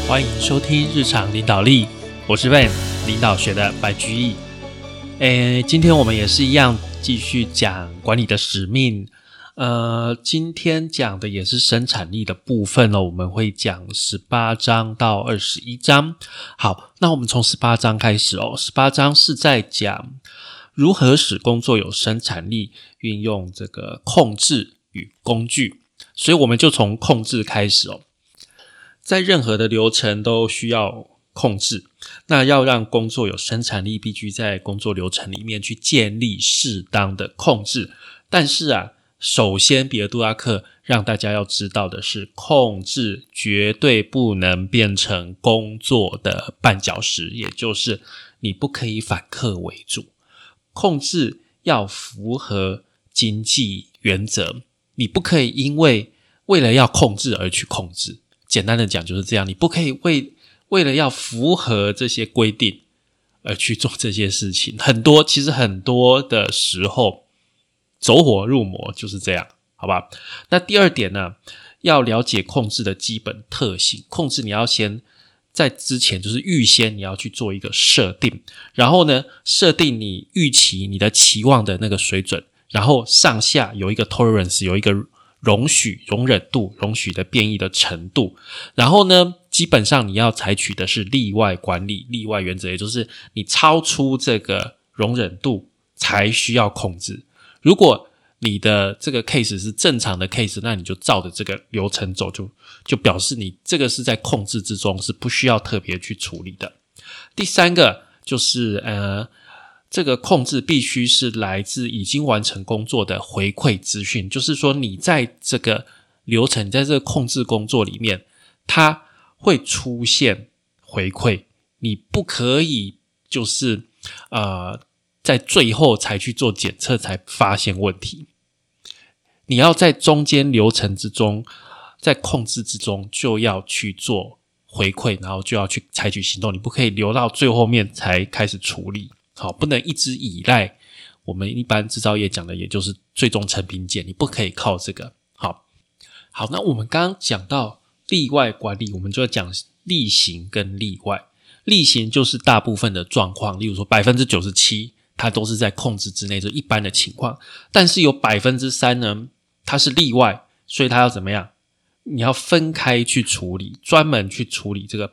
欢迎收听日常领导力，我是 Van， 领导学的白居易。今天我们也是一样继续讲管理的使命。今天讲的也是生产力的部分我们会讲18章到21章。好，那我们从18章开始18章是在讲如何使工作有生产力，运用这个控制与工具。所以我们就从控制开始在任何的流程都需要控制，那要让工作有生产力，必须在工作流程里面去建立适当的控制。但是首先比尔·杜拉克让大家要知道的是，控制绝对不能变成工作的绊脚石，也就是你不可以反客为主。控制要符合经济原则，你不可以因为了要控制而去控制。简单的讲就是这样，你不可以为了要符合这些规定而去做这些事情。其实很多的时候走火入魔就是这样，好吧？那第二点呢，要了解控制的基本特性。控制你要先在之前就是预先你要去做一个设定，然后呢设定你预期你的期望的那个水准，然后上下有一个 tolerance， 有一个容忍度，容许的变异的程度。然后呢基本上你要采取的是例外管理，例外原则，也就是你超出这个容忍度才需要控制。如果你的这个 case 是正常的 case， 那你就照着这个流程走，就表示你这个是在控制之中，是不需要特别去处理的。第三个就是这个控制必须是来自已经完成工作的回馈资讯，就是说你在这个流程，你在这个控制工作里面，它会出现回馈，你不可以就是在最后才去做检测才发现问题。你要在中间流程之中，在控制之中就要去做回馈，然后就要去采取行动，你不可以留到最后面才开始处理。好，不能一直依赖我们一般制造业讲的，也就是最终成品检，你不可以靠这个。好，那我们刚刚讲到例外管理，我们就要讲例行跟例外。例行就是大部分的状况，例如说 97% 它都是在控制之内，就一般的情况。但是有 3% 呢，它是例外，所以它要怎么样？你要分开去处理，专门去处理这个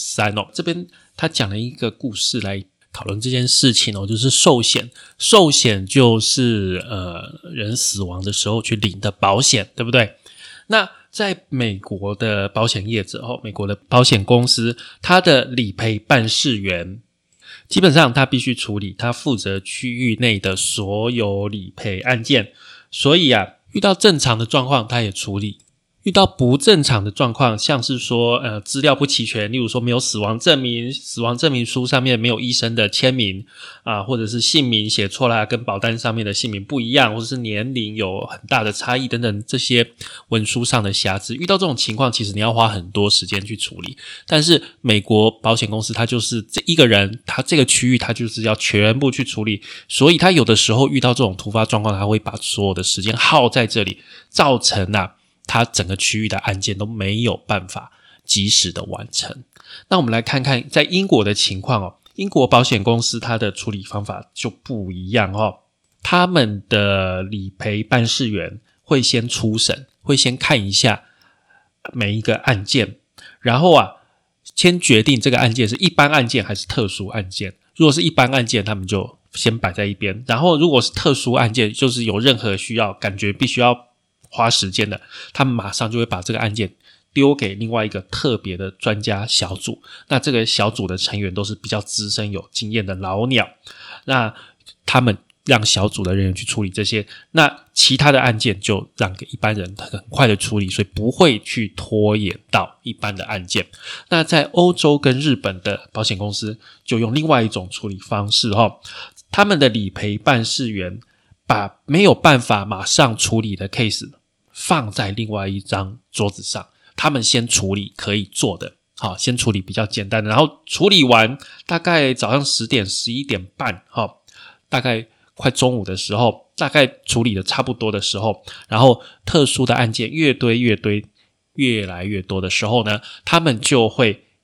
3% 这边他讲了一个故事来讨论这件事情就是寿险。寿险就是人死亡的时候去领的保险，对不对？那在美国的保险业者美国的保险公司，他的理赔办事员基本上他必须处理他负责区域内的所有理赔案件，所以遇到正常的状况他也处理，遇到不正常的状况，像是说资料不齐全，例如说没有死亡证明，死亡证明书上面没有医生的签名或者是姓名写错啦，跟保单上面的姓名不一样，或者是年龄有很大的差异等等，这些文书上的瑕疵，遇到这种情况其实你要花很多时间去处理。但是美国保险公司它就是这一个人，他这个区域他就是要全部去处理，所以他有的时候遇到这种突发状况，他会把所有的时间耗在这里，造成它整个区域的案件都没有办法及时的完成。那我们来看看在英国的情况英国保险公司它的处理方法就不一样他们的理赔办事员会先初审，会先看一下每一个案件，然后先决定这个案件是一般案件还是特殊案件。如果是一般案件，他们就先摆在一边，然后如果是特殊案件，就是有任何需要感觉必须要花时间的，他们马上就会把这个案件丢给另外一个特别的专家小组。那这个小组的成员都是比较资深有经验的老鸟，那他们让小组的人员去处理这些，那其他的案件就让给一般人很快的处理，所以不会去拖延到一般的案件。那在欧洲跟日本的保险公司就用另外一种处理方式他们的理赔办事员把没有办法马上处理的 case 放在另外一张桌子上，他们先处理可以做的，先处理比较简单的，然后处理完大概早上10点11点半大概快中午的时候，大概处理的差不多的时候，然后特殊的案件越堆越来越多的时候呢，他们就会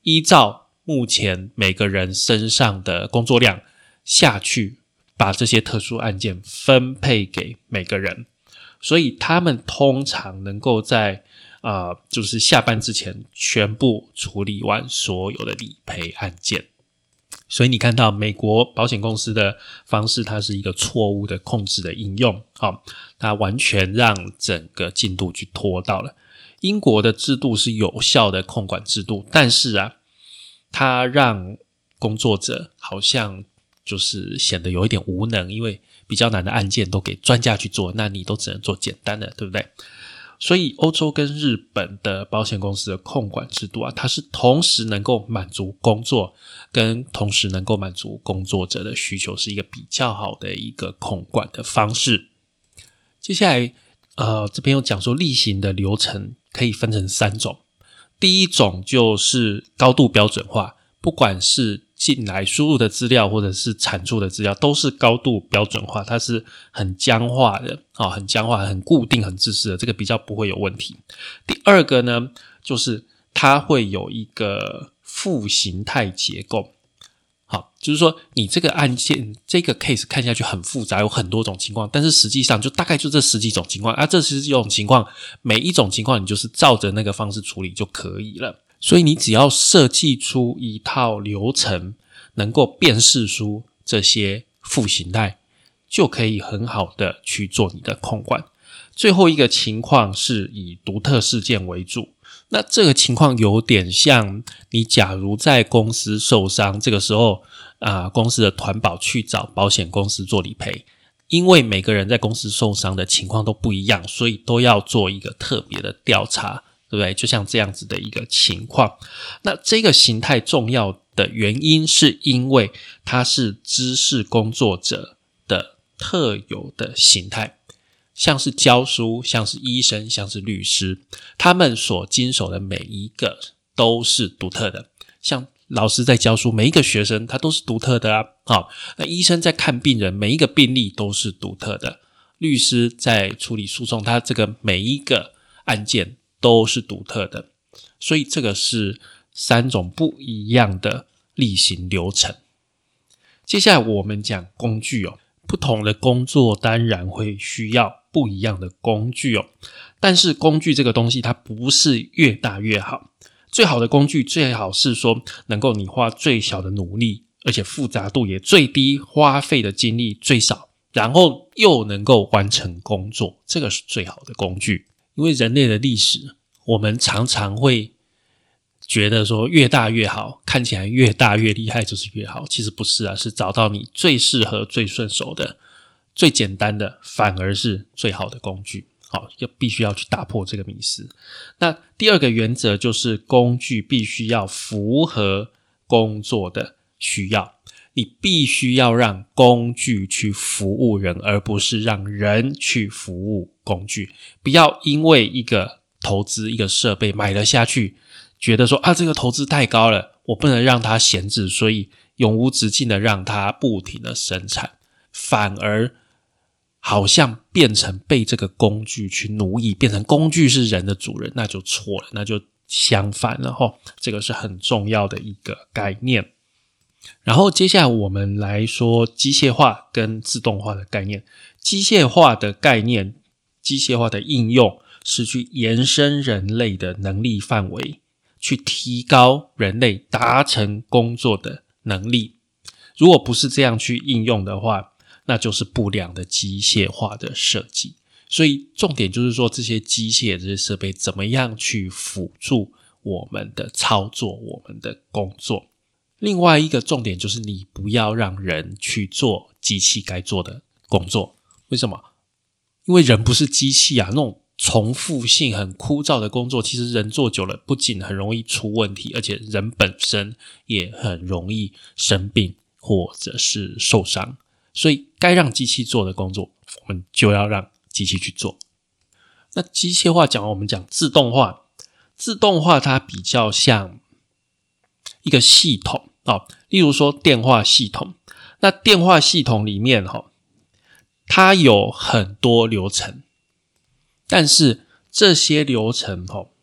依照目前每个人身上的工作量下去把这些特殊案件分配给每个人，所以他们通常能够在就是下班之前全部处理完所有的理赔案件。所以你看到美国保险公司的方式，它是一个错误的控制的应用，它完全让整个进度去拖到了。英国的制度是有效的控管制度，但是它让工作者好像就是显得有一点无能，因为比较难的案件都给专家去做，那你都只能做简单的，对不对？所以欧洲跟日本的保险公司的控管制度它是同时能够满足工作跟同时能够满足工作者的需求，是一个比较好的一个控管的方式。接下来这边有讲说例行的流程可以分成3种。第一种就是高度标准化，不管是进来输入的资料或者是产出的资料都是高度标准化，它是很僵化的很僵化、很固定、很自私的，这个比较不会有问题。第二个呢，就是它会有一个副形态结构。好，就是说你这个案件这个 case 看下去很复杂，有很多种情况，但是实际上就大概就这10几种情况这10几种情况每一种情况你就是照着那个方式处理就可以了。所以你只要设计出一套流程能够辨识出这些副形态，就可以很好的去做你的控管。最后一个情况是以独特事件为主，那这个情况有点像你假如在公司受伤，这个时候公司的团保去找保险公司做理赔，因为每个人在公司受伤的情况都不一样，所以都要做一个特别的调查，对不对？就像这样子的一个情况。那这个形态重要的原因是因为它是知识工作者的特有的形态，像是教书，像是医生，像是律师，他们所经手的每一个都是独特的。像老师在教书，每一个学生他都是独特的那医生在看病人，每一个病例都是独特的。律师在处理诉讼，他这个每一个案件都是独特的。所以这个是3种不一样的例行流程。接下来我们讲工具不同的工作当然会需要不一样的工具但是工具这个东西它不是越大越好，最好的工具最好是说能够你花最小的努力，而且复杂度也最低，花费的精力最少，然后又能够完成工作，这个是最好的工具。因为人类的历史，我们常常会觉得说越大越好，看起来越大越厉害就是越好，其实不是是找到你最适合最顺手的最简单的反而是最好的工具。好，必须要去打破这个迷思。那第二个原则就是工具必须要符合工作的需要，你必须要让工具去服务人，而不是让人去服务工具。不要因为一个投资一个设备买了下去，觉得说这个投资太高了，我不能让它闲置，所以永无止境的让它不停的生产，反而好像变成被这个工具去奴役，变成工具是人的主人，那就错了，那就相反了这个是很重要的一个概念。然后接下来我们来说机械化跟自动化的概念。机械化的概念，机械化的应用是去延伸人类的能力范围，去提高人类达成工作的能力。如果不是这样去应用的话，那就是不良的机械化的设计。所以重点就是说这些机械这些设备怎么样去辅助我们的操作，我们的工作。另外一个重点就是你不要让人去做机器该做的工作。为什么？因为人不是机器那种重复性很枯燥的工作，其实人做久了不仅很容易出问题，而且人本身也很容易生病或者是受伤。所以该让机器做的工作，我们就要让机器去做。那机械化我们讲自动化，自动化它比较像一个系统例如说电话系统。那电话系统里面它有很多流程，但是这些流程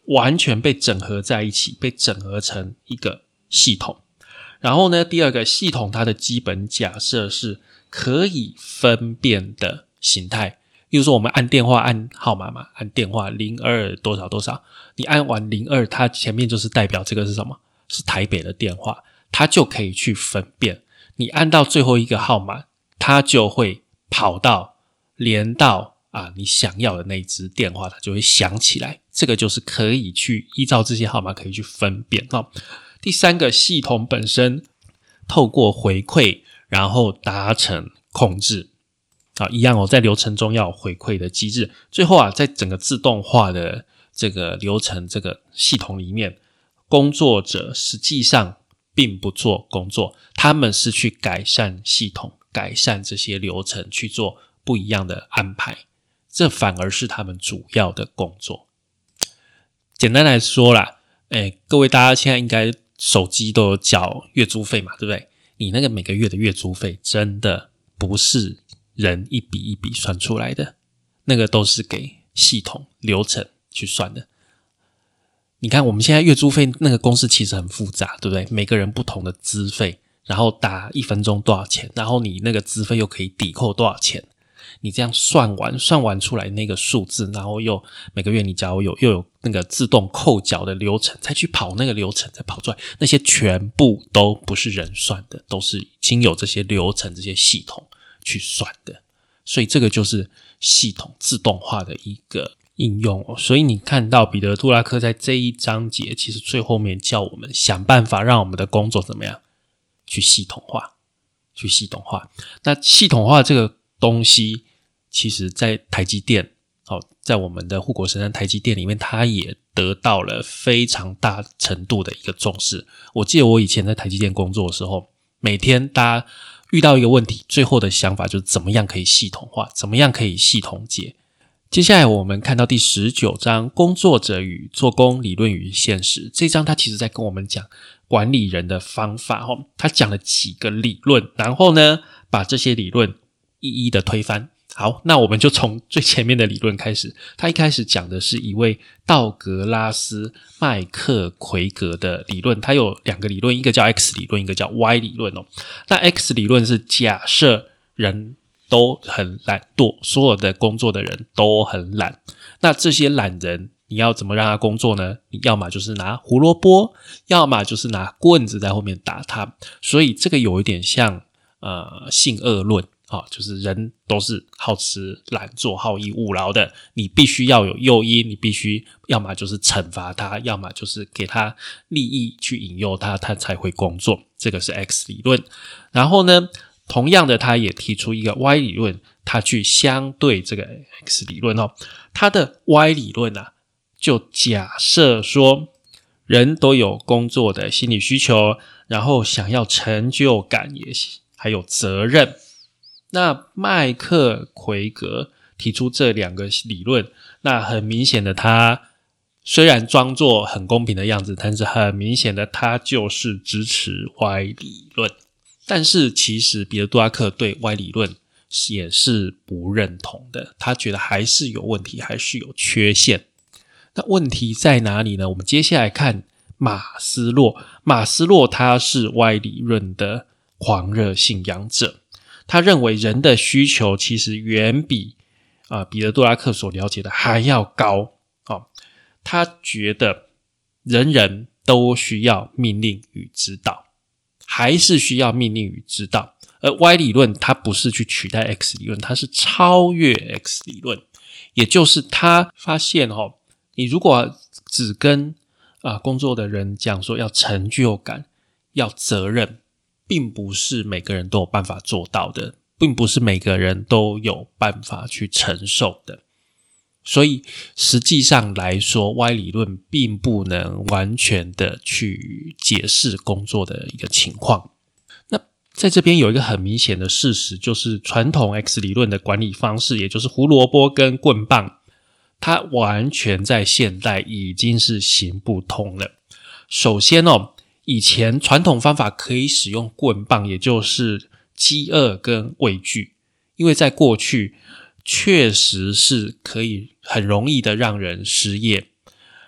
完全被整合在一起，被整合成一个系统。然后呢，第二个系统它的基本假设是可以分辨的形态。例如说我们按电话按号码嘛，按电话02多少多少，你按完02，它前面就是代表这个是什么？是台北的电话，它就可以去分辨。你按到最后一个号码，它就会跑到连到你想要的那一支电话，它就会响起来。这个就是可以去依照这些号码可以去分辨。第三个，系统本身透过回馈然后达成控制。一样在流程中要有回馈的机制。最后在整个自动化的这个流程这个系统里面，工作者实际上并不做工作，他们是去改善系统，改善这些流程，去做不一样的安排，这反而是他们主要的工作。简单来说啦，各位大家现在应该手机都有缴月租费嘛，对不对？你那个每个月的月租费真的不是人一笔一笔算出来的，那个都是给系统流程去算的。你看我们现在月租费那个公式其实很复杂，对不对？每个人不同的资费，然后打1分钟多少钱，然后你那个资费又可以抵扣多少钱，你这样算完出来那个数字，然后又每个月你假如又有那个自动扣缴的流程，再去跑那个流程，再跑出来，那些全部都不是人算的，都是经由这些流程这些系统去算的。所以这个就是系统自动化的一个应用所以你看到彼得·杜拉克在这一章节其实最后面叫我们想办法让我们的工作怎么样去系统化。那系统化这个东西其实在台积电在我们的护国神山台积电里面，它也得到了非常大程度的一个重视。我记得我以前在台积电工作的时候，每天大家遇到一个问题，最后的想法就是怎么样可以系统化，怎么样可以系统解。接下来我们看到第19章工作者与做工理论与现实，这章它其实在跟我们讲管理人的方法他讲了几个理论，然后呢把这些理论一一的推翻。好，那我们就从最前面的理论开始。他一开始讲的是一位道格拉斯麦克奎格的理论，他有2个理论，一个叫 X 理论，一个叫 Y 理论那 X 理论是假设人都很懒惰，所有的工作的人都很懒，那这些懒人你要怎么让他工作呢？你要么就是拿胡萝卜，要么就是拿棍子在后面打他。所以这个有一点像性恶论就是人都是好吃懒做好逸恶劳的，你必须要有诱因，你必须要么就是惩罚他，要么就是给他利益去引诱他，他才会工作。这个是 X 理论。然后呢同样的他也提出一个 Y 理论，他去相对这个 X 理论他的 Y 理论就假设说人都有工作的心理需求，然后想要成就感，也还有责任。那麦克奎格提出这2个理论，那很明显的他虽然装作很公平的样子，但是很明显的他就是支持 Y 理论。但是其实彼得·杜拉克对 Y 理论也是不认同的，他觉得还是有问题，还是有缺陷。那问题在哪里呢？我们接下来看马斯洛。马斯洛他是 Y 理论的狂热信仰者，他认为人的需求其实远比彼得·杜拉克所了解的还要高他觉得人人都需要命令与指导，还是需要命令与指导。而 Y 理论它不是去取代 X 理论，它是超越 X 理论。也就是他发现你如果只跟工作的人讲说要成就感，要责任，并不是每个人都有办法做到的，并不是每个人都有办法去承受的。所以实际上来说 Y 理论并不能完全的去解释工作的一个情况。那在这边有一个很明显的事实，就是传统 X 理论的管理方式，也就是胡萝卜跟棍棒，它完全在现代已经是行不通了。首先以前传统方法可以使用棍棒，也就是饥饿跟畏惧，因为在过去确实是可以很容易的让人失业。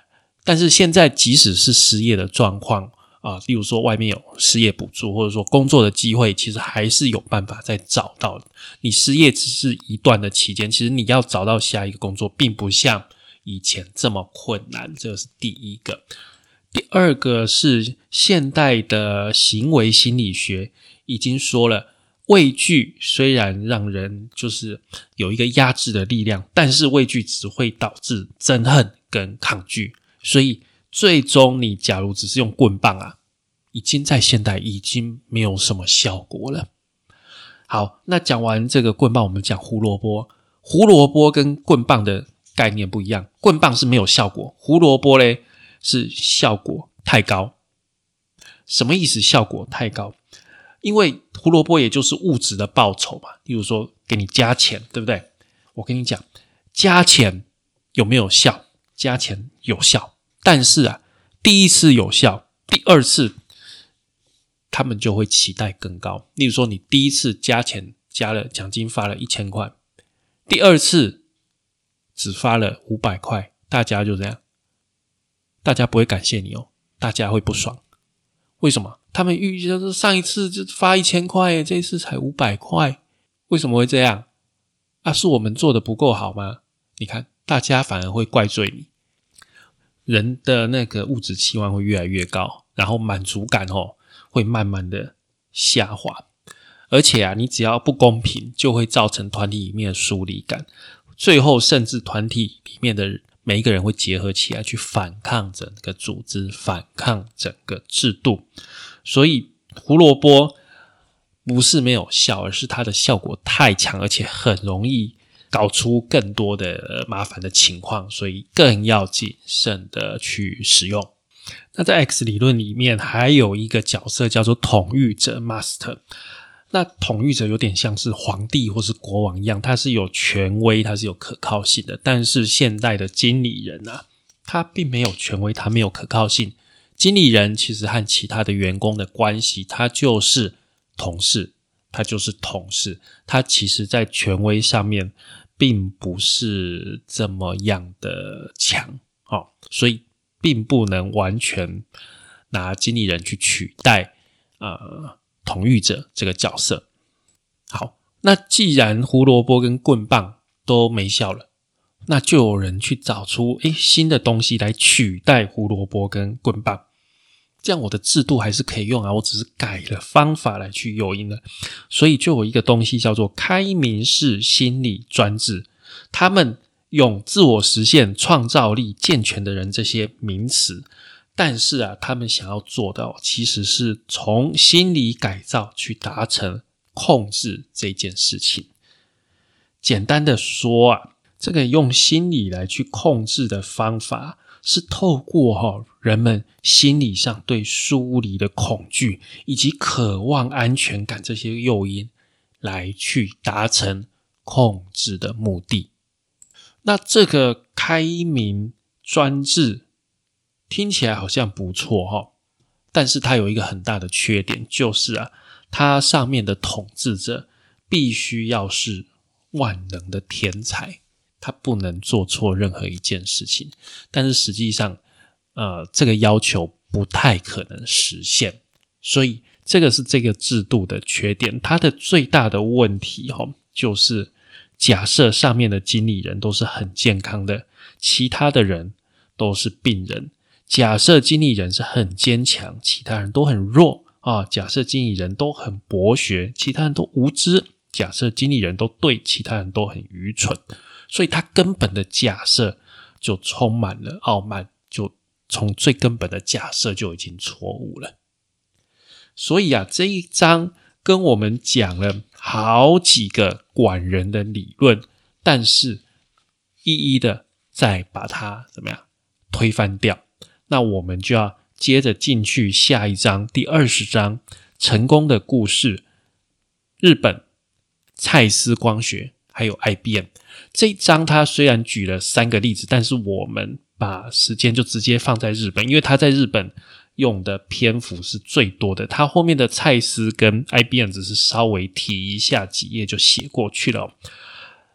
但是现在即使是失业的状况例如说外面有失业补助，或者说工作的机会，其实还是有办法再找到的。你失业只是一段的期间，其实你要找到下一个工作并不像以前这么困难，这是第一个。第二个是现代的行为心理学已经说了，畏惧虽然让人就是有一个压制的力量，但是畏惧只会导致憎恨跟抗拒，所以最终你假如只是用棍棒已经在现代已经没有什么效果了。好，那讲完这个棍棒，我们讲胡萝卜。胡萝卜跟棍棒的概念不一样，棍棒是没有效果，胡萝卜咧是效果太高。什么意思效果太高？因为胡萝卜也就是物质的报酬嘛，例如说给你加钱，对不对？我跟你讲，加钱有没有效？加钱有效，但是第一次有效，第二次他们就会期待更高。例如说你第一次加钱加了奖金发了1000块，第二次只发了500块，大家就这样，大家不会感谢你大家会不爽。为什么？他们预计就是上一次就发1000块，这一次才500块，为什么会这样？是我们做的不够好吗？你看大家反而会怪罪你。人的那个物质期望会越来越高，然后满足感会慢慢的下滑。而且你只要不公平，就会造成团体里面的疏离感，最后甚至团体里面的每一个人会结合起来去反抗整个组织，反抗整个制度。所以胡萝卜不是没有效，而是它的效果太强，而且很容易搞出更多的麻烦的情况，所以更要谨慎的去使用。那在 X 理论里面还有一个角色叫做统御者 Master。那统御者有点像是皇帝或是国王一样，他是有权威，他是有可靠性的。但是现代的经理人他并没有权威，他没有可靠性。经理人其实和其他的员工的关系，他就是同事，他就是同事，他其实在权威上面并不是这么样的强所以并不能完全拿经理人去取代统御者这个角色。好，那既然胡萝卜跟棍棒都没效了，那就有人去找出新的东西来取代胡萝卜跟棍棒，这样我的制度还是可以用我只是改了方法来去诱因了。所以就有一个东西叫做开明式心理专制，他们用自我实现、创造力健全的人这些名词，但是他们想要做到其实是从心理改造去达成控制这件事情。简单的说这个用心理来去控制的方法是透过人们心理上对疏离的恐惧以及渴望安全感这些诱因来去达成控制的目的。那这个开明专制听起来好像不错但是它有一个很大的缺点，就是它上面的统治者必须要是万能的天才，他不能做错任何一件事情。但是实际上这个要求不太可能实现，所以这个是这个制度的缺点。它的最大的问题就是假设上面的经理人都是很健康的，其他的人都是病人。假设经理人是很坚强，其他人都很弱假设经理人都很博学，其他人都无知。假设经理人都对，其他人都很愚蠢。所以他根本的假设就充满了傲慢，就从最根本的假设就已经错误了。所以这一章跟我们讲了好几个管人的理论，但是一一的再把它怎么样推翻掉。那我们就要接着进去下一章，第20章成功的故事，日本、蔡司光学还有 IBM。 这一章它虽然举了3个例子，但是我们把时间就直接放在日本，因为它在日本用的篇幅是最多的。它后面的蔡司跟 IBM 只是稍微提一下几页就写过去了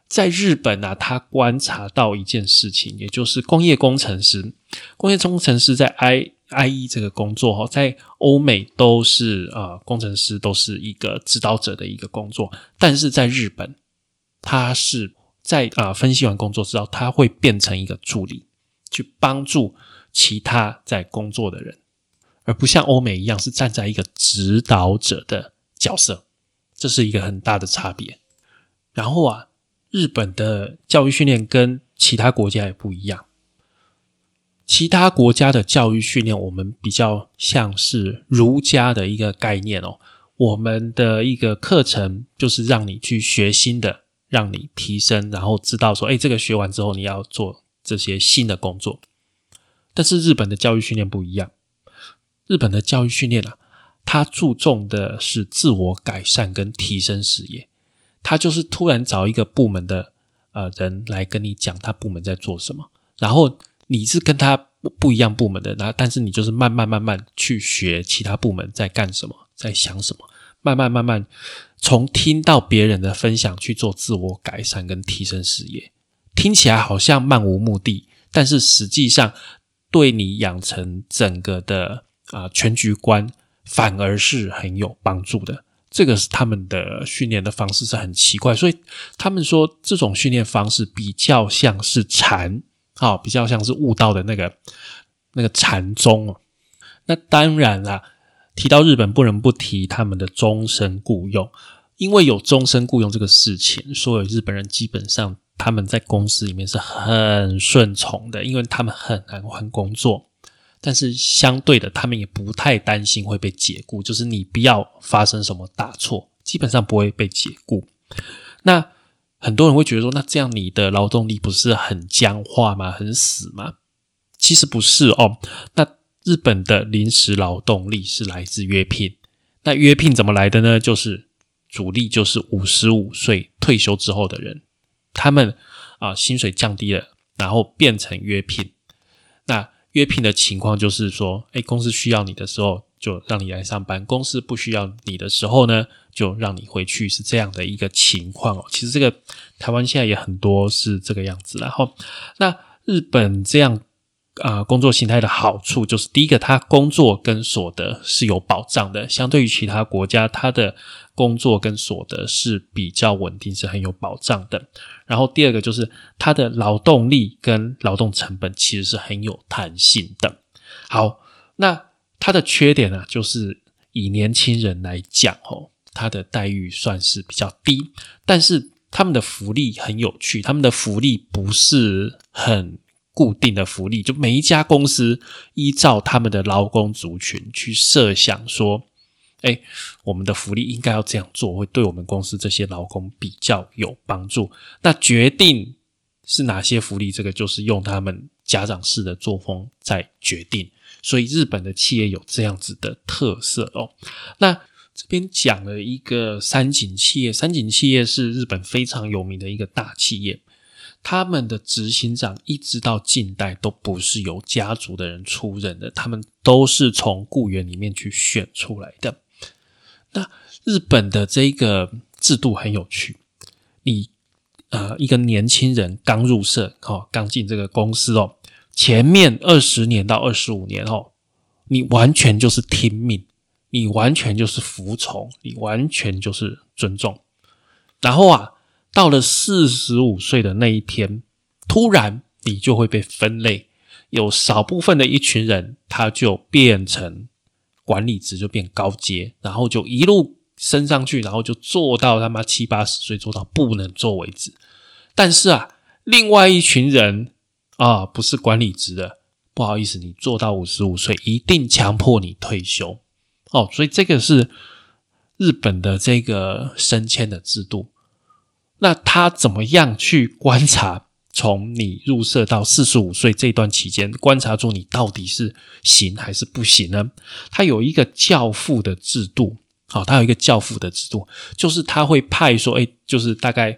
在日本啊，他观察到一件事情，也就是工业工程师。工业工程师在 IE 这个工作在欧美都是工程师都是一个指导者的一个工作，但是在日本，他是在分析完工作之后，他会变成一个助理，去帮助其他在工作的人，而不像欧美一样是站在一个指导者的角色，这是一个很大的差别。然后日本的教育训练跟其他国家也不一样。其他国家的教育训练我们比较像是儒家的一个概念我们的一个课程就是让你去学新的，让你提升，然后知道说这个学完之后你要做这些新的工作。但是日本的教育训练不一样，日本的教育训练它注重的是自我改善跟提升事业。他就是突然找一个部门的人来跟你讲他部门在做什么，然后你是跟他不一样部门的，但是你就是慢慢去学其他部门在干什么，在想什么，慢慢从听到别人的分享去做自我改善跟提升事业。听起来好像漫无目的，但是实际上对你养成整个的全局观反而是很有帮助的。这个是他们的训练的方式是很奇怪，所以他们说这种训练方式比较像是禅，比较像是悟道的那个禅宗那当然啦，提到日本不能不提他们的终身雇用，因为有终身雇用这个事情，所有日本人基本上他们在公司里面是很顺从的，因为他们很难换工作。但是相对的他们也不太担心会被解雇，就是你不要发生什么大错，基本上不会被解雇。那很多人会觉得说，那这样你的劳动力不是很僵化吗？很死吗？其实不是那日本的临时劳动力是来自约聘。那约聘怎么来的呢？就是主力就是55岁退休之后的人，他们薪水降低了，然后变成约聘。那约聘的情况就是说公司需要你的时候就让你来上班，公司不需要你的时候呢就让你回去，是这样的一个情况其实这个台湾现在也很多是这个样子。然后那日本这样工作形态的好处就是，第一个它工作跟所得是有保障的，相对于其他国家它的工作跟所得是比较稳定，是很有保障的。然后第二个就是它的劳动力跟劳动成本其实是很有弹性的。好，那它的缺点就是以年轻人来讲它的待遇算是比较低，但是他们的福利很有趣，他们的福利不是很固定的福利，就每一家公司依照他们的劳工族群去设想说我们的福利应该要这样做，会对我们公司这些劳工比较有帮助。那决定是哪些福利，这个就是用他们家长式的作风在决定，所以日本的企业有这样子的特色那这边讲了一个三井企业，三井企业是日本非常有名的一个大企业，他们的执行长一直到近代都不是由家族的人出任的，他们都是从雇员里面去选出来的。那日本的这个制度很有趣，你一个年轻人刚入社刚进这个公司前面20年到25年你完全就是听命，你完全就是服从，你完全就是尊重。然后到了45岁的那一天，突然你就会被分类，有少部分的一群人他就变成管理职，就变高阶，然后就一路升上去，然后就做到他妈70-80岁，做到不能做为止。但是另外一群人不是管理职的，不好意思，你做到55岁一定强迫你退休所以这个是日本的这个升迁的制度。那他怎么样去观察从你入社到45岁这段期间，观察出你到底是行还是不行呢？他有一个教父的制度他有一个教父的制度，就是他会派说就是大概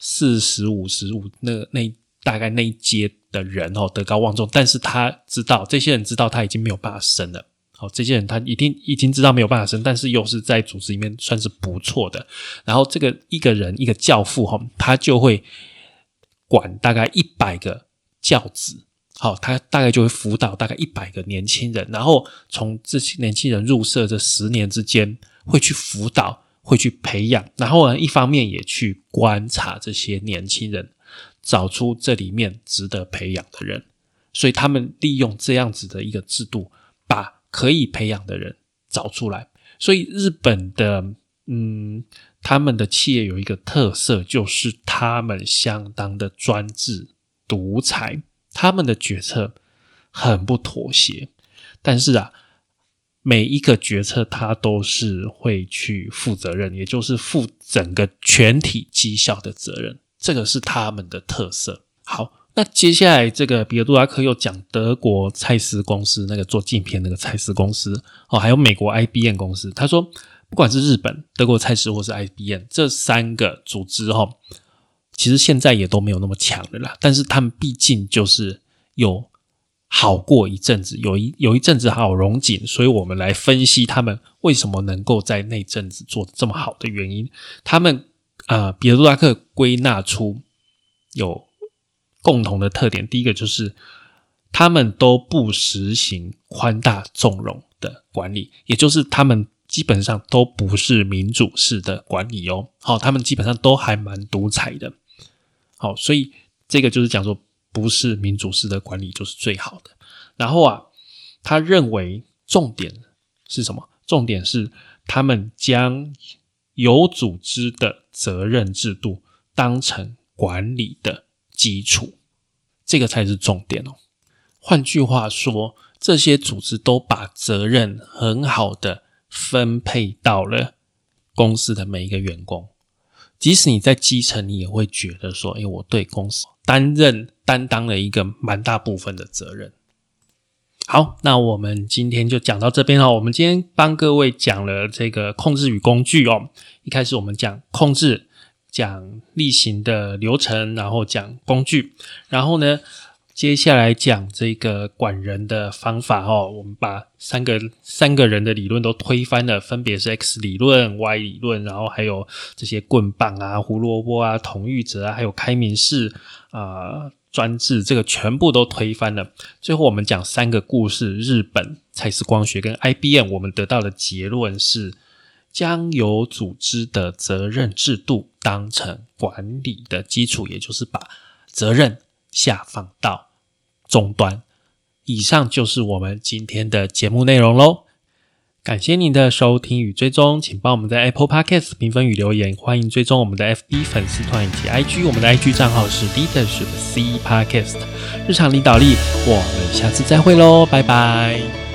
40、55那大概那一阶的人德高望重，但是他知道这些人知道他已经没有办法升了这些人他已经知道没有办法升，但是又是在组织里面算是不错的。然后这个一个人一个教父他就会管大概100个教职，好，他大概就会辅导大概100个年轻人，然后从这些年轻人入社这10年之间会去辅导，会去培养，然后呢一方面也去观察这些年轻人，找出这里面值得培养的人，所以他们利用这样子的一个制度，把可以培养的人找出来。所以日本的他们的企业有一个特色，就是他们相当的专制独裁，他们的决策很不妥协，但是每一个决策他都是会去负责任，也就是负整个全体绩效的责任，这个是他们的特色。好，那接下来这个比尔杜拉克又讲德国蔡司公司，那个做镜片那个蔡司公司还有美国 IBM 公司，他说不管是日本、德国蔡司或是 IBM 这3个组织其实现在也都没有那么强了啦，但是他们毕竟就是有好过一阵子，有一阵子好荣景，所以我们来分析他们为什么能够在那阵子做得这么好的原因。他们比尔杜拉克归纳出有共同的特点，第一个就是他们都不实行宽大纵容的管理，也就是他们基本上都不是民主式的管理他们基本上都还蛮独裁的。好，所以这个就是讲说不是民主式的管理就是最好的。然后他认为重点是什么？重点是他们将有组织的责任制度当成管理的基础，这个才是重点换句话说，这些组织都把责任很好的分配到了公司的每一个员工，即使你在基层，你也会觉得说我对公司担当了一个蛮大部分的责任。好，那我们今天就讲到这边我们今天帮各位讲了这个控制与工具一开始我们讲控制，讲例行的流程，然后讲工具，然后呢接下来讲这个管人的方法我们把三个人的理论都推翻了，分别是 X 理论、Y 理论，然后还有这些棍棒胡萝卜统御者还有开明式专制，这个全部都推翻了。最后我们讲3个故事，日本、蔡司光学跟 IBM， 我们得到的结论是将有组织的责任制度当成管理的基础，也就是把责任下放到终端。以上就是我们今天的节目内容咯，感谢您的收听与追踪，请帮我们在 Apple Podcast 评分与留言，欢迎追踪我们的 FB 粉丝团以及 IG， 我们的 IG 账号是 Leadership C Podcast。 日常领导力，我们下次再会咯，拜拜。